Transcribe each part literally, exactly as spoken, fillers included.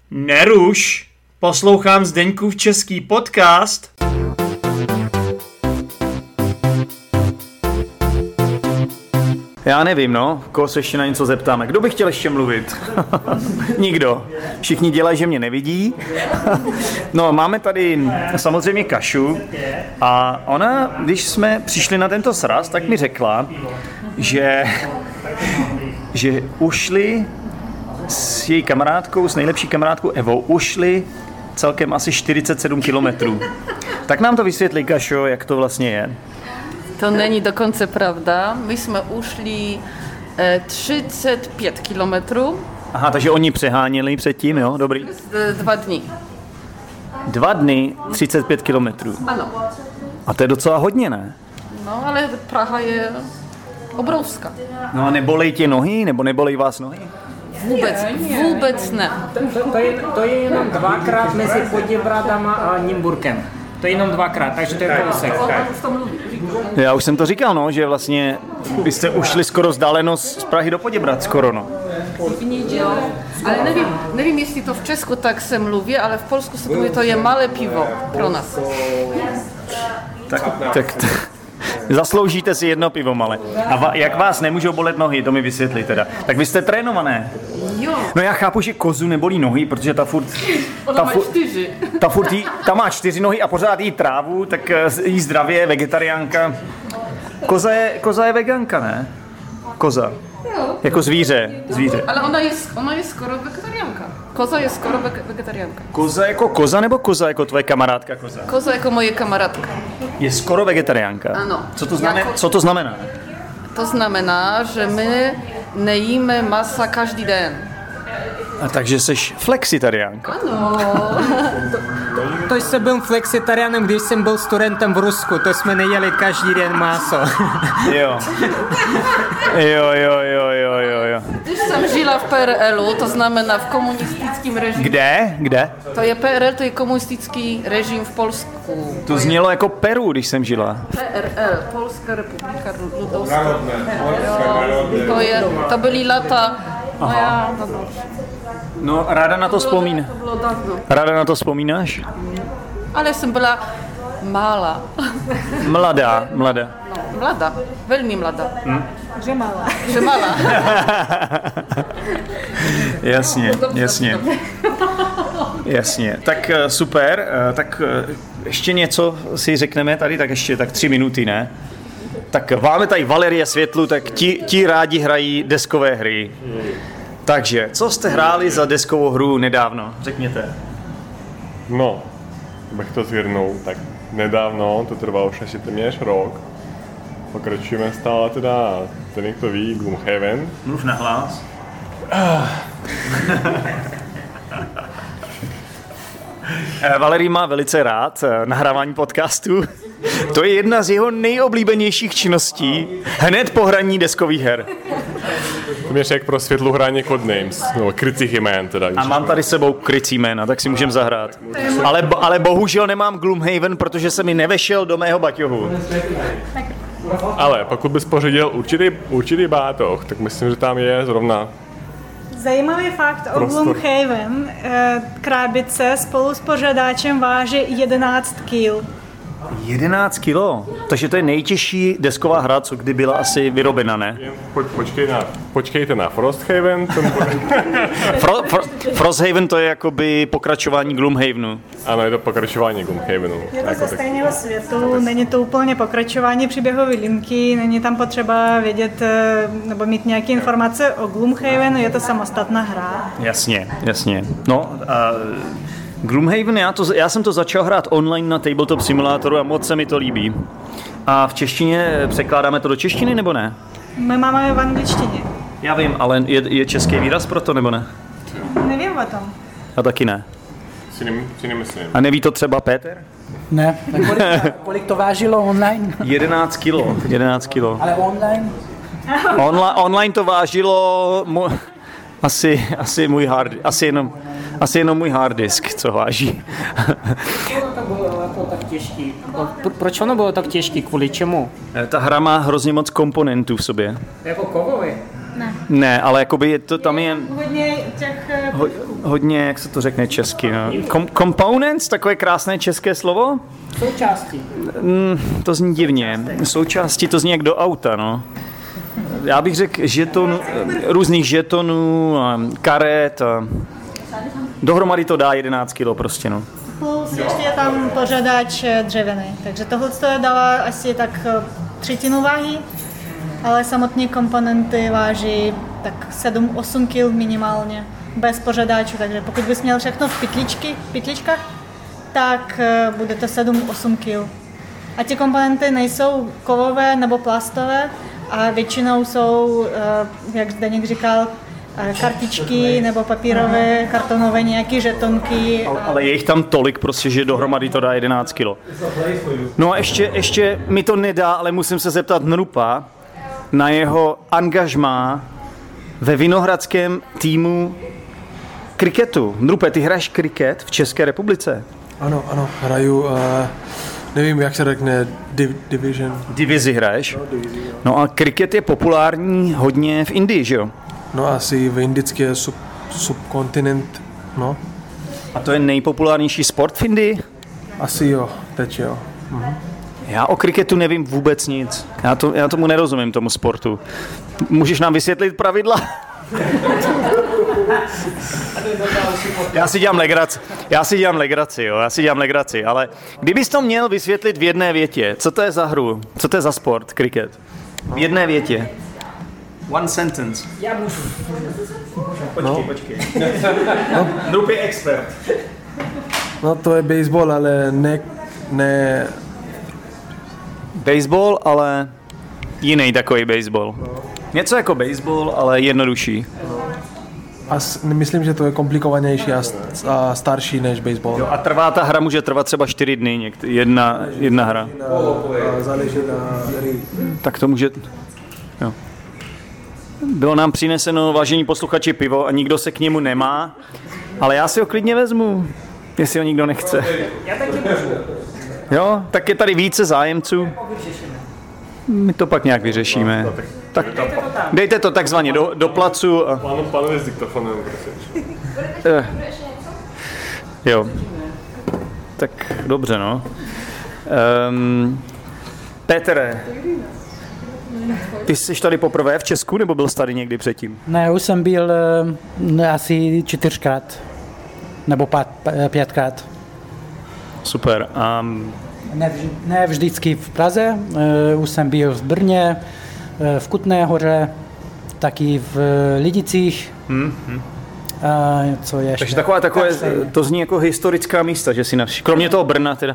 Neruš, poslouchám Zdeňkův český podcast. Já nevím, no, koho se ještě na něco zeptáme. Kdo by chtěl ještě mluvit? Nikdo. Všichni dělají, že mě nevidí. No, máme tady samozřejmě Kašu a ona, když jsme přišli na tento sraz, tak mi řekla, že, že ušli s její kamarádkou, s nejlepší kamarádkou Evou, ušli celkem asi čtyřicet sedm kilometrů. Tak nám to vysvětlí, Kašo, jak to vlastně je. To není dokonce pravda. My jsme ušli e, třicet pět kilometrů. Aha, takže oni přeháněli předtím, jo? Dobrý. Z, dva dny. Dva dny, třicet pět kilometrů. Ano. A to je docela hodně, ne? No, ale Praha je obrovská. No a nebolej tě nohy, nebo nebolej vás nohy? Vůbec, vůbec ne. To, to, je, to je jenom dvakrát mezi Poděbradama a Nymburkem. To je jenom dvakrát, takže to je kousek. Já už jsem to říkal, no, že vlastně vy jste ušli skoro vzdálenost z Prahy do Poděbrad, skoro, no. Jo, ale nevím, nevím, jestli to v Česku tak se mluví, ale v Polsku se to, to je malé pivo pro nás. Tak, tak, tak. Zasloužíte si jedno pivo malé. A va, jak vás nemůžou bolet nohy, to mi vysvětli teda. Tak vy jste trénované. Jo. No já chápu, že kozu nebolí nohy, protože ta furt... Ona má čtyři. Ta furt jí, ta má čtyři nohy a pořád jí trávu, tak jí zdravě, vegetariánka. Koza je, koza je veganka, ne? Koza. Jo. Jako zvíře, zvíře. Ale ona je, ona je skoro vegetariánka. Koza je skoro vegetariánka. Koza jako koza nebo koza jako tvoje kamarádka koza? Koza jako moje kamarádka. Je skoro vegetariánka. Ano. Co to znamená? Jako... Co to znamená? To znamená, že my nejíme masa každý den. A takže seš flexitariánka. Ano. To jsem byl flexitarianem, když jsem byl studentem v Rusku, to jsme nejeli každý den maso. Jo. Jo, jo, jo, jo, jo, jo. Když jsem žila v P R L, to znamená v komunistickém režimu. Kde? Kde? To je P R L, to je komunistický režim v Polsku. To znělo jako Peru, když jsem žila. P R L, Polská republika ludovská. To, je, to byly lata... No já, no, no. No, ráda na to vzpomíná. To bylo dávno. Ráda na to vzpomínáš? Ale jsem byla malá. Mladá, mladá. No, mladá, velmi mladá. Hm? Že malá. Že malá. Jasně, jasně. Jasně. Tak super, tak ještě něco si řekneme tady, tak ještě tak tři minuty, ne? Tak máme tady Valerie Světlu, tak ti, ti rádi hrají deskové hry. Takže, co jste hráli za deskovou hru nedávno? Řekněte. No, bych to zhrnul, tak nedávno, to trvalo už asi téměř rok. Pokračujeme stále teda, ten někdo ví, Gloomhaven. Mluv na hlas. Valerii má velice rád nahrávání podcastů. To je jedna z jeho nejoblíbenějších činností hned po hraní deskových her. To mě řek pro světlu hraní Codenames, no krycích jmén teda. A mám tady s sebou krycí jména, tak si můžem zahrát. Ale, ale bohužel nemám Gloomhaven, protože se mi nevešel do mého baťohu. Ale pokud bys pořídil určitý, určitý bátoh, tak myslím, že tam je zrovna... Zajímavý fakt o Gloomhaven. Krabice spolu s pořadáčem váží jedenáct kil. jedenáct kilo? Takže to je nejtěžší desková hra, co kdy byla asi vyrobena, ne? Po, počkej na, počkejte na Frosthaven. Bude... Fro, Fro, Frosthaven to je jakoby pokračování Gloomhavenu. Ano, je to pokračování Gloomhavenu. Je to ze stejného světu, není to úplně pokračování příběhové linky, není tam potřeba vědět nebo mít nějaké informace o Gloomhavenu, je to samostatná hra. Jasně, jasně. No, a Gloomhaven, já, to, já jsem to začal hrát online na Tabletop Simulatoru a moc se mi to líbí. A v češtině překládáme to do češtiny, nebo ne? My máme v angličtině. Já vím, ale je, je český výraz pro to, nebo ne? Nevím o tom. Já taky ne. Si, nem, si nemyslím. A neví to třeba Péter? Ne. Kolik, kolik to vážilo online? jedenáct kilo. jedenáct kilo. Ale online? Onla, online to vážilo mo, asi, asi můj hard, asi jenom, asi jenom můj hard disk, co váží. To bylo jako tak těžký. Proč ono bylo tak těžký? Kvůli čemu? Ta hra má hrozně moc komponentů v sobě. Jako kovový? Ne. Ne, ale jakoby je to tam je... Původně těch... Ho, hodně, jak se to řekne česky, no. Com- components, takové krásné české slovo? Součástí. Mm, to zní divně. Součástí to zní jak do auta, no. Já bych řekl žeton, různých žetonů, karet a dohromady to dá jedenáct kilo prostě, no. Plus ještě je tam pořadač dřevěný, takže tohle dává asi tak třetinu váhy, ale samotné komponenty váží tak sedm osm kil minimálně, bez pořadačů, takže pokud bys měl všechno v pytličky, pytličkách, tak bude to sedm osm kil. A ty komponenty nejsou kovové nebo plastové a většinou jsou, jak Zdeněk říkal, kartičky nebo papírové, kartonové nějaké žetonky. Ale, ale je jich tam tolik prostě, že dohromady to dá jedenáct kilo. No a ještě, ještě mi to nedá, ale musím se zeptat Nrupa na jeho angažmá ve vinohradském týmu kriketu. Nrupe, ty hraješ kriket v České republice? Ano, ano, hraju, uh, nevím, jak se řekne, div, division. Divizi hraješ? No, divizi, no a kriket je populární hodně v Indii, že jo? No asi v indické sub, subkontinent, no. A to je nejpopulárnější sport v Indii? Asi jo, teď jo. Mhm. Já o kriketu nevím vůbec nic. Já, to, já tomu nerozumím, tomu sportu. Můžeš nám vysvětlit pravidla? Já si dělám legraci, já si dělám legraci, jo, já si dělám legraci, ale kdybys to měl vysvětlit v jedné větě, co to je za hru, co to je za sport, kriket? V jedné větě. One sentence. Já můžu. Počkej, no. počkej. No. Nrup je expert. No to je baseball, ale ne... ne... Baseball, ale jiný takový baseball. Něco jako baseball, ale jednodušší. A myslím, že to je komplikovanější a, a starší než baseball. Jo, a trvá ta hra, může trvat třeba čtyři dny, někde, jedna, jedna hra. Záleží na hry. Tak to může... Jo. Bylo nám přineseno, vážení posluchači, pivo a nikdo se k němu nemá, ale já si ho klidně vezmu, jestli ho nikdo nechce. Já taky můžu. Jo, tak je tady více zájemců. My to pak nějak vyřešíme. Tak dejte to takzvaně do, do placu. A... Pánu, pánu s diktofonem, prosím. Eh. Jo. Tak dobře, no. Um, Petre, ty jsi tady poprvé v Česku, nebo byl jsi tady někdy předtím? Ne, už jsem byl uh, asi čtyřkrát, nebo pát, pětkrát. Super. Um, Ne, ne vždycky v Praze, uh, už jsem byl v Brně, uh, v Kutné Hoře, taky v Lidicích. Hmm, hmm. A co ještě? Takže takové, takové, to zní jako historická místa, že si navštěvil. Kromě toho Brna teda.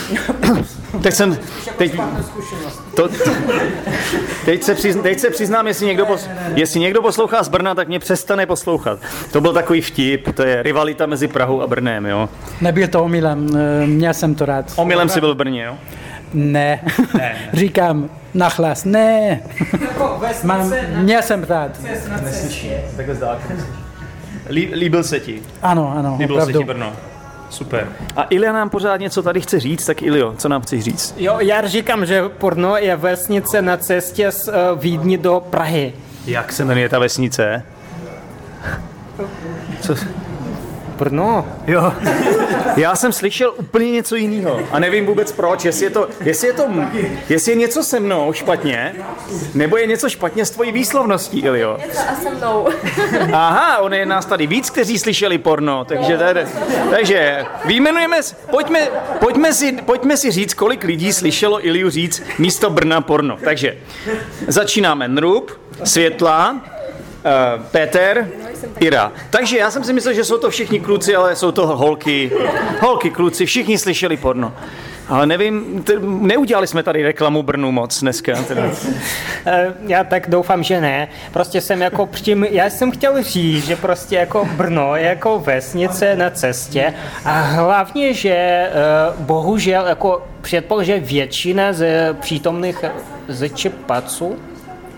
teď jsem, teď, to, teď, se přizn, teď se přiznám, jestli někdo, pos, jestli někdo poslouchá z Brna, tak mě přestane poslouchat. To byl takový vtip, to je rivalita mezi Prahou a Brnem, jo. Nebyl to omylem, měl jsem to rád. Omylem jsi byl v Brně, jo? Ne, ne. Říkám nachlas, ne. Mám, měl jsem rád. Neslyším, takhle zdálky. Líbil se ti? Ano, ano, Líbilo opravdu. se ti Brno? Super. A Ilja nám pořád něco tady chce říct, tak Iljo, co nám chceš říct? Jo, já říkám, že Porno je vesnice na cestě z uh, Vídně do Prahy. Jak se jmenuje ta vesnice? Co? Brno. Jo. Já jsem slyšel úplně něco jiného a nevím vůbec proč, jestli je to, jestli je to, jestli je něco se mnou špatně, nebo je něco špatně s tvojí výslovností, Iljo. Něco a se mnou. Aha, on je nás tady víc, kteří slyšeli porno, takže tady, takže vyjmenujeme, pojďme, pojďme, si, pojďme si říct, kolik lidí slyšelo Ilju říct místo Brna porno. Takže začínáme Nrup, Světla, Uh, Peter, Ira. Takže já jsem si myslel, že jsou to všichni kluci, ale jsou to holky. Holky, kluci, všichni slyšeli porno. Ale nevím, t- neudělali jsme tady reklamu Brnu moc dneska. Teda. Já tak doufám, že ne. Prostě jsem jako přím, já jsem chtěl říct, že prostě jako Brno je jako vesnice na cestě a hlavně, že uh, bohužel jako předpoklad, že většina z přítomných zečepaců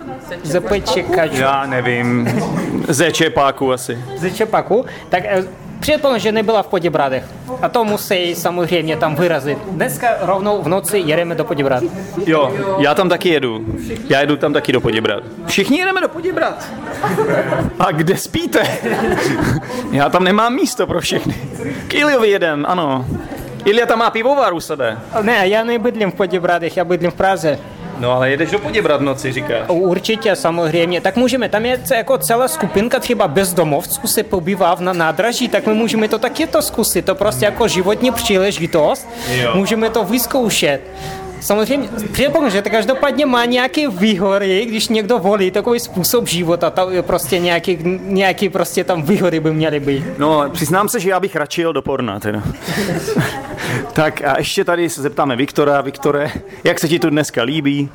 Zepečekačů. Já nevím, ze Čepáku asi. Ze Čepaku, tak Předpokládám, že nebyla v Poděbradech. A to musí samozřejmě tam vyrazit. Dneska rovnou v noci jedeme do Poděbrad. Jo, já tam taky jedu. Já jedu tam taky do Poděbrad. Všichni jedeme do Poděbrad. A kde spíte? Já tam nemám místo pro všechny. K Iliovi jedem, ano. Ilja tam má pivovar u sebe. Ne, já nebydlím v Poděbradech, já bydlím v Praze. No ale jedeš do Poděbrad v noci, říkáš. Určitě, samozřejmě. Tak můžeme, tam je jako celá skupinka třeba bezdomovců se pobývá na nádraží, tak my můžeme to taky to zkusit. To prostě jako životní příležitost. Jo. Můžeme to vyzkoušet. Samozřejmě, předpokládám, že to každopádně má nějaké výhody, když někdo volí takový způsob života, to je prostě nějaký, nějaký prostě tam výhody by měly být. No, přiznám se, že já bych radši jel do porna, teda. Tak a ještě tady se zeptáme Viktora. Viktore, jak se ti tu dneska líbí?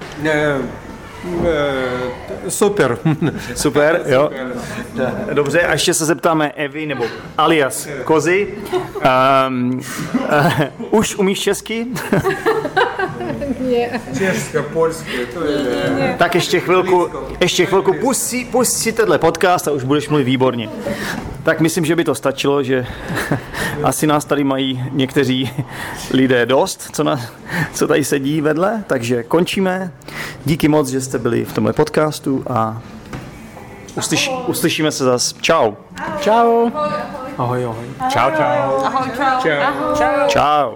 Super. Super, jo. Dobře, a ještě se zeptáme Evy, nebo alias Kozy. Um, uh, už umíš česky? České, polské, to je... Tak ještě chvilku, ještě chvilku, pusť si, pusť si tenhle podcast a už budeš mluvit výborně. Tak myslím, že by to stačilo, že asi nás tady mají někteří lidé dost, co, na, co tady sedí vedle, takže končíme. Díky moc, že jste byli v tomhle podcastu a uslyš, uslyšíme se zas. Čau. Čau. Ahoj, ahoj. Čau, čau. Ahoj, čau. Ahoj. Čau. Čau.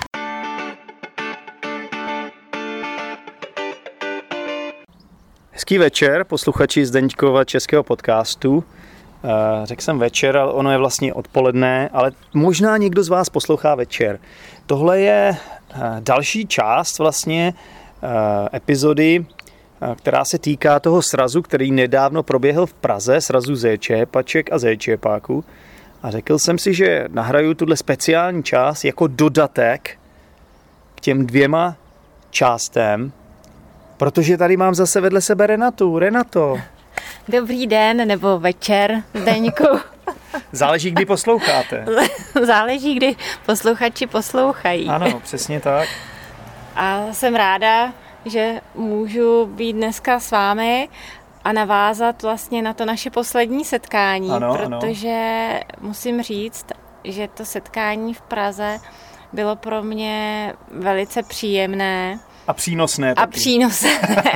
Hezký večer, posluchači Zdeňkova českého podcastu. Řekl jsem večer, ale ono je vlastně odpoledne, ale možná někdo z vás poslouchá večer. Tohle je další část vlastně epizody, která se týká toho srazu, který nedávno proběhl v Praze, srazu zéčépaček a zéčépáků. A řekl jsem si, že nahraju tuhle speciální část jako dodatek k těm dvěma částem, protože tady mám zase vedle sebe Renatu. Renato. Dobrý den nebo večer, Zdeňku. Záleží, kdy posloucháte. Záleží, kdy posluchači poslouchají. Ano, přesně tak. A jsem ráda, že můžu být dneska s vámi a navázat vlastně na to naše poslední setkání, ano, protože ano. Musím říct, že to setkání v Praze bylo pro mě velice příjemné. A přínosné taky. A přínosné.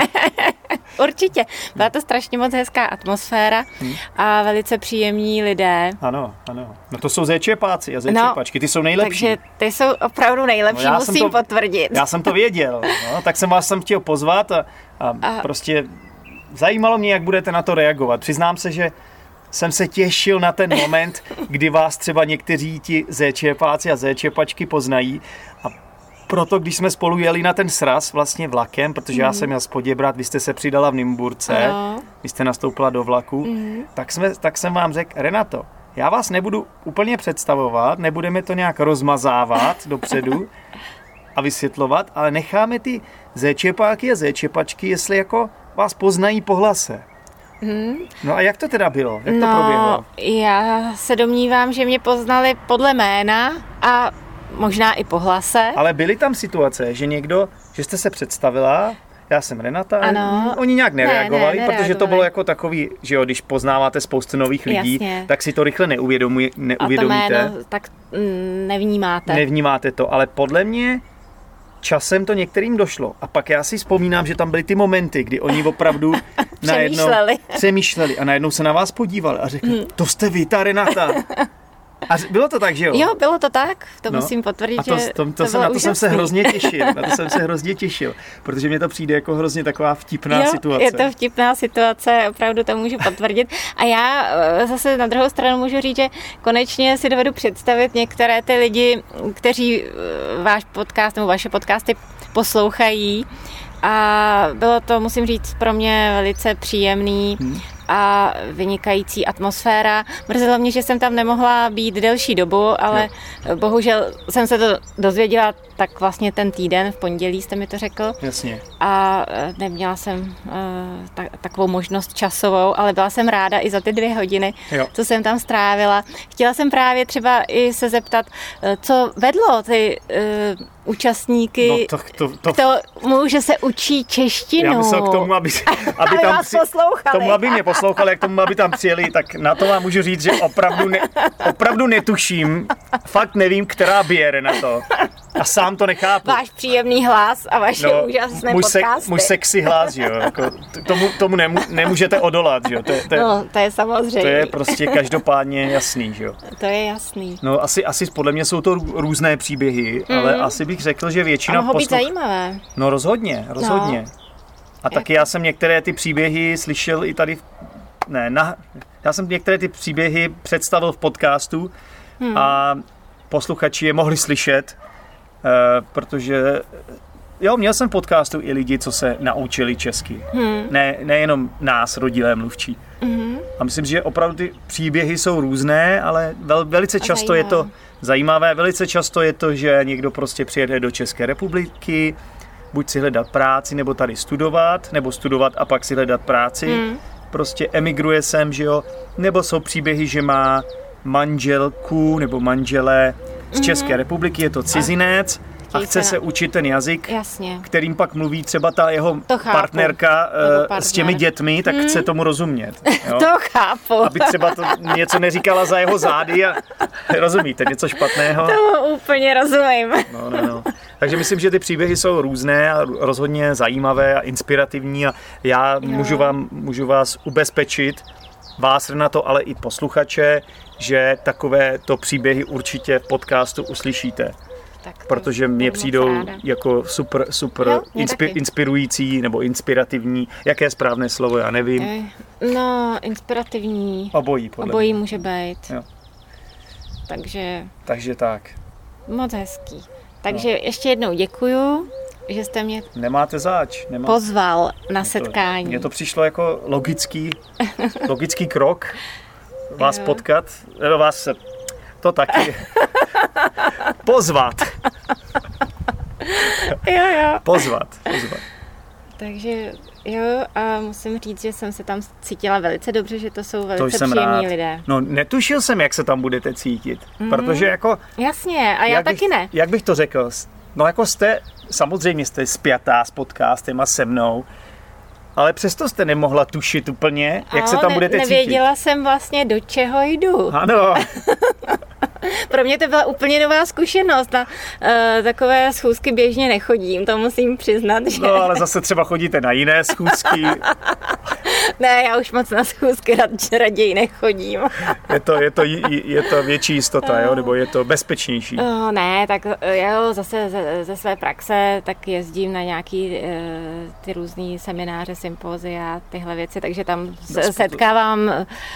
Určitě. Byla to strašně moc hezká atmosféra hmm. a velice příjemní lidé. Ano, ano. No to jsou zéčépáci a zéčépačky, ty jsou nejlepší. Takže ty jsou opravdu nejlepší, no musím to, potvrdit. Já jsem to věděl, no, tak jsem vás sem chtěl pozvat a, a, a prostě zajímalo mě, jak budete na to reagovat. Přiznám se, že jsem se těšil na ten moment, kdy vás třeba někteří ti zéčépáci a zéčépačky poznají a proto, když jsme spolu jeli na ten sraz vlastně vlakem, protože mm. já jsem měl z Poděbrad, vy jste se přidala v Nymburce, no. Vy jste nastoupila do vlaku, mm. tak, jsme, tak jsem vám řekl, Renato, já vás nebudu úplně představovat, nebudeme to nějak rozmazávat dopředu a vysvětlovat, ale necháme ty zéčepáky a zéčepačky, jestli jako vás poznají po hlase. Mm. No a jak to teda bylo? Jak no, to proběhlo? Já se domnívám, že mě poznali podle jména a možná i po hlase. Ale byly tam situace, že někdo, že jste se představila, já jsem Renata, ano. Oni nějak nereagovali, ne, ne, nereagovali, protože to bylo jako takový, že jo, když poznáváte spoustu nových lidí, jasně. Tak si to rychle neuvědomí, neuvědomíte. A to jméno tak mm, nevnímáte. Nevnímáte to, ale podle mě časem to některým došlo. A pak já si vzpomínám, že tam byly ty momenty, kdy oni opravdu najednou přemýšleli. přemýšleli a najednou se na vás podívali a řekli, hmm. to jste vy, ta Renata. A bylo to tak, že jo? Jo, bylo to tak, to no. musím potvrdit, a to, že to, to, to jsem, na to jsem se hrozně těšil, na to jsem se hrozně těšil, protože mě to přijde jako hrozně taková vtipná jo, situace. Je to vtipná situace, opravdu to můžu potvrdit. A já zase na druhou stranu můžu říct, že konečně si dovedu představit některé ty lidi, kteří váš podcast nebo vaše podcasty poslouchají. A bylo to, musím říct, pro mě velice příjemný hmm. a vynikající atmosféra. Mrzelo mě, že jsem tam nemohla být delší dobu, ale no. bohužel jsem se to dozvěděla tak vlastně ten týden, v pondělí jste mi to řekl. Jasně. A neměla jsem uh, tak, takovou možnost časovou, ale byla jsem ráda i za ty dvě hodiny, jo. co jsem tam strávila. Chtěla jsem právě třeba i se zeptat, co vedlo ty uh, účastníky No to, to, to... k tomu, že se učí češtinu. Já myslel k tomu, aby, aby, aby tam vás poslouchali. tomu, aby mě poslouchali, k tomu, aby tam přijeli, tak na to vám můžu říct, že opravdu, ne, opravdu netuším, fakt nevím, která běre na to. A sám to nechápu. Váš příjemný hlas a vaše no, úžasné můj podcasty. Se, můj sexy hlas, jo. Jako, tomu tomu nemů, nemůžete odolat, jo. To, to, no, to je samozřejmě. To je prostě každopádně jasný, jo. To je jasný. No asi, asi podle mě jsou to různé příběhy, mm. ale asi bych řekl, že většina... A mohou posluch... být zajímavé. No rozhodně, rozhodně. No. A taky já jsem některé ty příběhy slyšel i tady... V... Ne, na... já jsem některé ty příběhy představil v podcastu hmm. a posluchači je mohli slyšet, uh, protože... Jo, měl jsem v podcastu i lidi, co se naučili česky. Hmm. Ne, nejenom nás, rodilé mluvčí. Hmm. A myslím, že opravdu ty příběhy jsou různé, ale vel, velice často zajímavé. je to zajímavé. Velice často je to, že někdo prostě přijede do České republiky, buď si hledat práci, nebo tady studovat, nebo studovat a pak si hledat práci. Hmm. Prostě emigruje sem, že jo. Nebo jsou příběhy, že má manželku nebo manžele z České hmm. republiky, je to cizinec, a chce se učit ten jazyk, Jasně. kterým pak mluví třeba ta jeho partnerka uh, s těmi dětmi, tak hmm. chce tomu rozumět. Jo? To chápu. Aby třeba to něco neříkala za jeho zády a rozumíte, něco špatného. To úplně rozumím. No, no, no. Takže myslím, že ty příběhy jsou různé a rozhodně zajímavé a inspirativní a já jo. můžu, vám, můžu vás ubezpečit, vás na to, ale i posluchače, že takovéto příběhy určitě v podcastu uslyšíte. Protože mě přijdou jako super, super jo, inspi- inspirující nebo inspirativní. Jaké je správné slovo, já nevím. No, inspirativní. Obojí, podle Obojí mě. může být. Jo. Takže... Takže tak. Moc hezký. Takže no. ještě jednou děkuju, že jste mě Nemáte zač. Nemáte. pozval na Mně setkání. Mně to přišlo jako logický, logický krok vás jo. potkat. Nebo vás se... To taky. Pozvat. jo, jo. Pozvat, pozvat. Takže jo, a musím říct, že jsem se tam cítila velice dobře, že to jsou velice to příjemní rád. lidé. No, netušil jsem, jak se tam budete cítit, mm-hmm. protože jako... Jasně, a já taky bych, ne. Jak bych to řekl? No jako jste, samozřejmě jste spjatá s podcastem a se mnou, ale přesto jste nemohla tušit úplně, jak ano, se tam ne, budete nevěděla cítit. Nevěděla jsem vlastně, do čeho jdu. Ano. Pro mě to byla úplně nová zkušenost. Na uh, takové schůzky běžně nechodím, to musím přiznat. Že... No, ale zase třeba chodíte na jiné schůzky. Ne, já už moc na schůzky rad, raději nechodím. je, to, je, to, je to větší jistota, jo? Nebo je to bezpečnější? Uh, ne, tak jo, zase ze, ze své praxe tak jezdím na nějaký uh, ty různý semináře, sympózia, tyhle věci, takže tam se, setkávám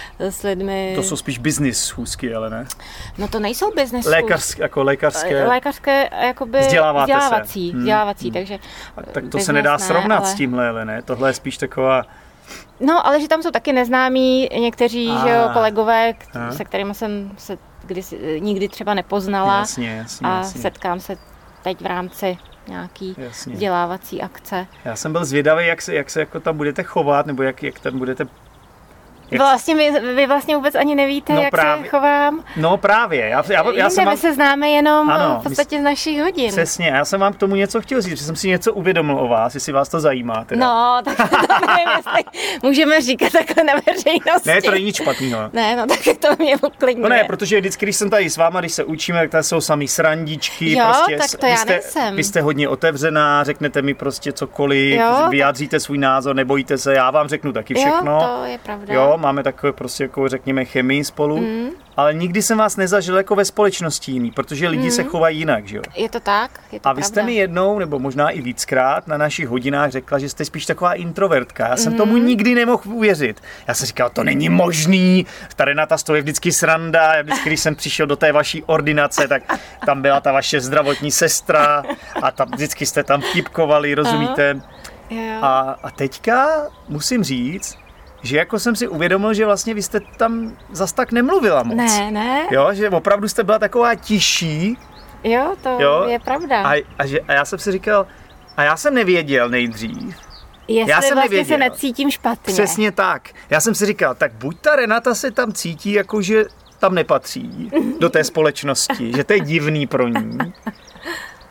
s lidmi. To jsou spíš business schůzky, ale ne? No to nejsou business Lékařské, jako lékařské. Lékařské, jakoby vzdělávací, hmm. vzdělávací, hmm. takže... Tak to se nedá srovnat ale... s tímhle, ale ne? Tohle je spíš taková... No, ale že tam jsou taky neznámí někteří, a, že jo, kolegové, a. se kterými jsem se kdysi, nikdy třeba nepoznala. Jasně, jasně, a jasně. setkám se teď v rámci nějaký jasně. vzdělávací akce. Já jsem byl zvědavý, jak se, jak se jako tam budete chovat, nebo jak, jak tam budete... Jak... Vlastně vy, vy vlastně vůbec ani nevíte, no jak právě. se chovám. No právě. Já, já, já Jinde, jsem vám... my se známe jenom ano, v podstatě z našich hodin. Přesně, já jsem vám k tomu něco chtěl říct, že jsem si něco uvědomil o vás, jestli vás to zajímá. Teda. No, tak to nevím, jestli můžeme říkat takhle na veřejnosti. Ne, to není nic špatného. Ne, no tak to mě uklidňuje. No ne, protože vždycky, když jsem tady s váma, když se učíme, tak tady jsou samý srandičky. Jo, prostě, tak to já jste, nejsem. Vy jste hodně otevřená, řeknete mi prostě cokoliv, jo, vyjádříte tak... svůj názor, nebojíte se, já vám řeknu taky všechno. Jo, to je pravda. Jo, máme takové prostě jako řekněme chemii spolu, mm. ale nikdy jsem vás nezažil jako ve společnosti jiný, protože lidi mm. se chovají jinak, že jo. Je to tak, je to A vy pravda. jste mi jednou, nebo možná i víckrát na našich hodinách řekla, že jste spíš taková introvertka. Já jsem mm. tomu nikdy nemohl uvěřit. Já jsem říkal, to není možný, ta Renata to je vždycky sranda, já vždycky, když jsem přišel do té vaší ordinace, tak tam byla ta vaše zdravotní sestra a tam vždycky jste tam vtipkovali, rozumíte? Uh-huh. A, a teďka musím říct, že jako jsem si uvědomil, že vlastně vy jste tam zas tak nemluvila moc. Ne, ne. Jo, že opravdu jste byla taková tišší. Jo, to jo? je pravda. A, a, že, a já jsem si říkal, a já jsem nevěděl nejdřív. Jestli já jsem vlastně nevěděl. se necítím špatně. Přesně tak. Já jsem si říkal, tak buď ta Renata se tam cítí, jako že tam nepatří do té společnosti, že to je divný pro ní.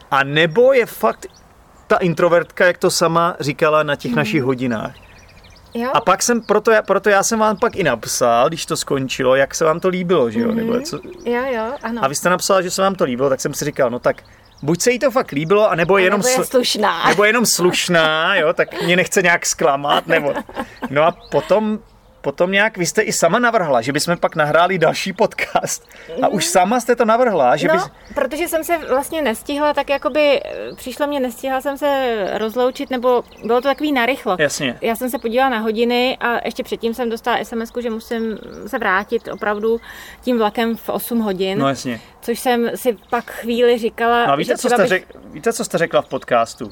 A nebo je fakt ta introvertka, jak to sama říkala na těch hmm. našich hodinách. Jo? A pak jsem, proto já, proto já jsem vám pak i napsal, když to skončilo, jak se vám to líbilo, že jo? Mm-hmm. Nebo co? Jo, jo, ano. A vy jste napsala, že se vám to líbilo, tak jsem si říkal, no tak buď se jí to fakt líbilo, anebo je jenom, nebo je slušná. Nebo jenom slušná, jo, tak mě nechce nějak zklamat, nebo... No a potom... Potom nějak vy jste i sama navrhla, že bychom pak nahráli další podcast. A už sama jste to navrhla, že no, bys... protože jsem se vlastně nestihla, tak jakoby přišlo mě, nestihla jsem se rozloučit, nebo bylo to takový narychlo. Jasně. Já jsem se podívala na hodiny a ještě předtím jsem dostala SMSku, že musím se vrátit opravdu tím vlakem v osm hodin. No jasně. Což jsem si pak chvíli říkala... No a víte, že co jste, bych... řek... víte, co jste řekla v podcastu?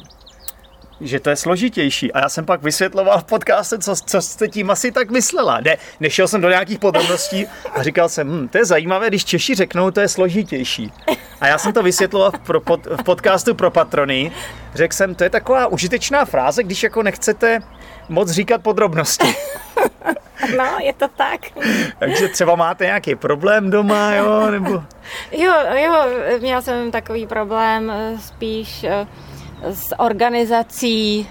Že to je složitější. A já jsem pak vysvětloval v podcastu, co, co jste tím asi tak myslela. Ne, nešel jsem do nějakých podrobností a říkal jsem, hm, to je zajímavé, když Češi řeknou, to je složitější. A já jsem to vysvětloval v, pro, pod, v podcastu pro patrony. Řekl jsem, to je taková užitečná fráze, když jako nechcete moc říkat podrobnosti. No, je to tak. Takže třeba máte nějaký problém doma, jo, nebo... Jo, jo, měla jsem takový problém spíš... s organizací,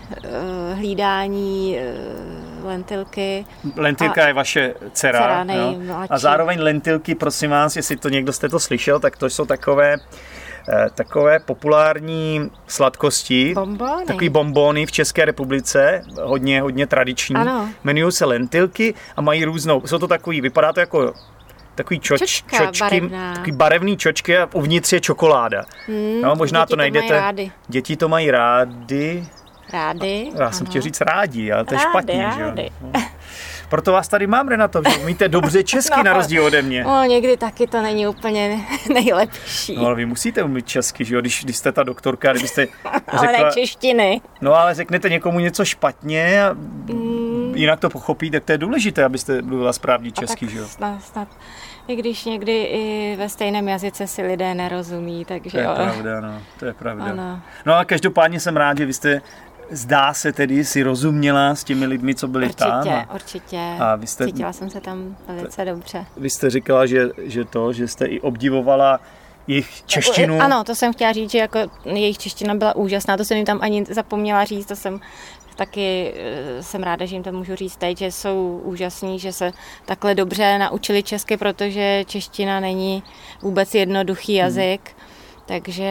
hlídání lentilky. Lentilka a je vaše dcera. dcera a zároveň lentilky, prosím vás, jestli to někdo jste to slyšel, tak to jsou takové takové populární sladkosti. Bombony. Takový bonbony v České republice, hodně, hodně tradiční. Ano. Jmenují se lentilky a mají různou, jsou to takový, vypadá to jako takový čoč, Čočka, čočky, barevná. takový barevný čočky a uvnitř je čokoláda. Hmm, no, možná děti to najdete. To mají rády. Děti to mají rády. Rády. Já jsem chtěl říct rádi, ale to je rády, špatně, rády. že jo. No. Proto vás tady mám, Renato, že umíte dobře česky no, na rozdíl ode mě. No, někdy taky to není úplně nejlepší. No, ale vy musíte umít česky, že jo, když, když jste ta doktorka, kdybyste řekla... Ale ne češtiny. No, ale řeknete někomu něco špatně a mm. jinak to pochopí, tak to je důležité, abyste mluvila správně česky, že jo. Snad, snad. I když někdy i ve stejném jazyce si lidé nerozumí, takže to je jo. pravda, no, to je pravda. Ano. No a každopádně jsem rád, že vy jste, zdá se tedy, si rozuměla s těmi lidmi, co byli určitě, tam. Určitě, určitě. A vy jste, cítila jsem se tam velice dobře. Vy jste říkala, že, že to, že jste i obdivovala jejich češtinu. Ano, to jsem chtěla říct, že jako jejich čeština byla úžasná, to jsem jim tam ani zapomněla říct, to jsem taky jsem ráda, že jim to můžu říct teď, že jsou úžasní, že se takhle dobře naučili česky, protože čeština není vůbec jednoduchý jazyk, hmm. takže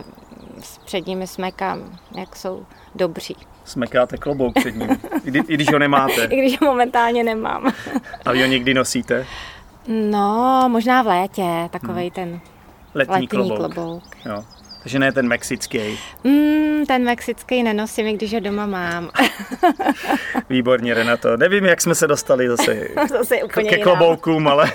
před nimi smekám, jak jsou dobří. Smekáte klobouk před ním, i, i když ho nemáte. I když ho momentálně nemám. A vy ho někdy nosíte? No, možná v létě, takovej hmm. ten letní, letní klobouk. klobouk. Jo. Takže ne ten mexický. Mm, ten mexický nenosím, i když ho doma mám. Výborně, Renato. Nevím, jak jsme se dostali zase, zase úplně ke kloboukům, ale...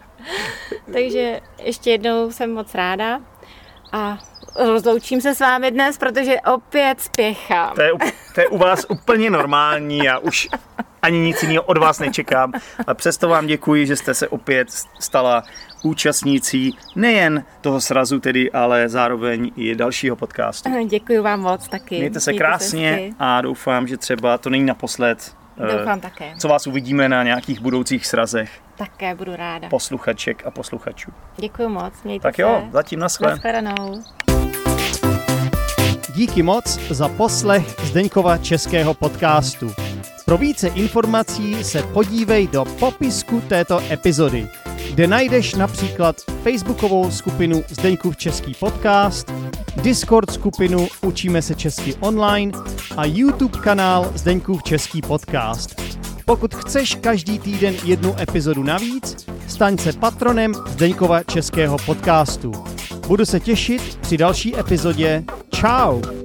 Takže ještě jednou jsem moc ráda a rozloučím se s vámi dnes, protože opět spěchám. To je, to je u vás úplně normální, já už ani nic jiného od vás nečekám. A přesto vám děkuji, že jste se opět stala účastnící nejen toho srazu tedy, ale zároveň i dalšího podcastu. Děkuji vám moc taky. Mějte se krásně a doufám, že třeba to není naposled. Doufám také. Co vás uvidíme na nějakých budoucích srazech. Také budu ráda. Posluchaček a posluchačů. Děkuji moc, mějte tak se. Tak jo, zatím naschle. Naschledanou. Díky moc za poslech Zdeňkova českého podcastu. Pro více informací se podívej do popisku této epizody, kde najdeš například facebookovou skupinu Zdeňkův český podcast, Discord skupinu Učíme se česky online a YouTube kanál Zdeňkův český podcast. Pokud chceš každý týden jednu epizodu navíc, staň se patronem Zdeňkova českého podcastu. Budu se těšit při další epizodě. Čau!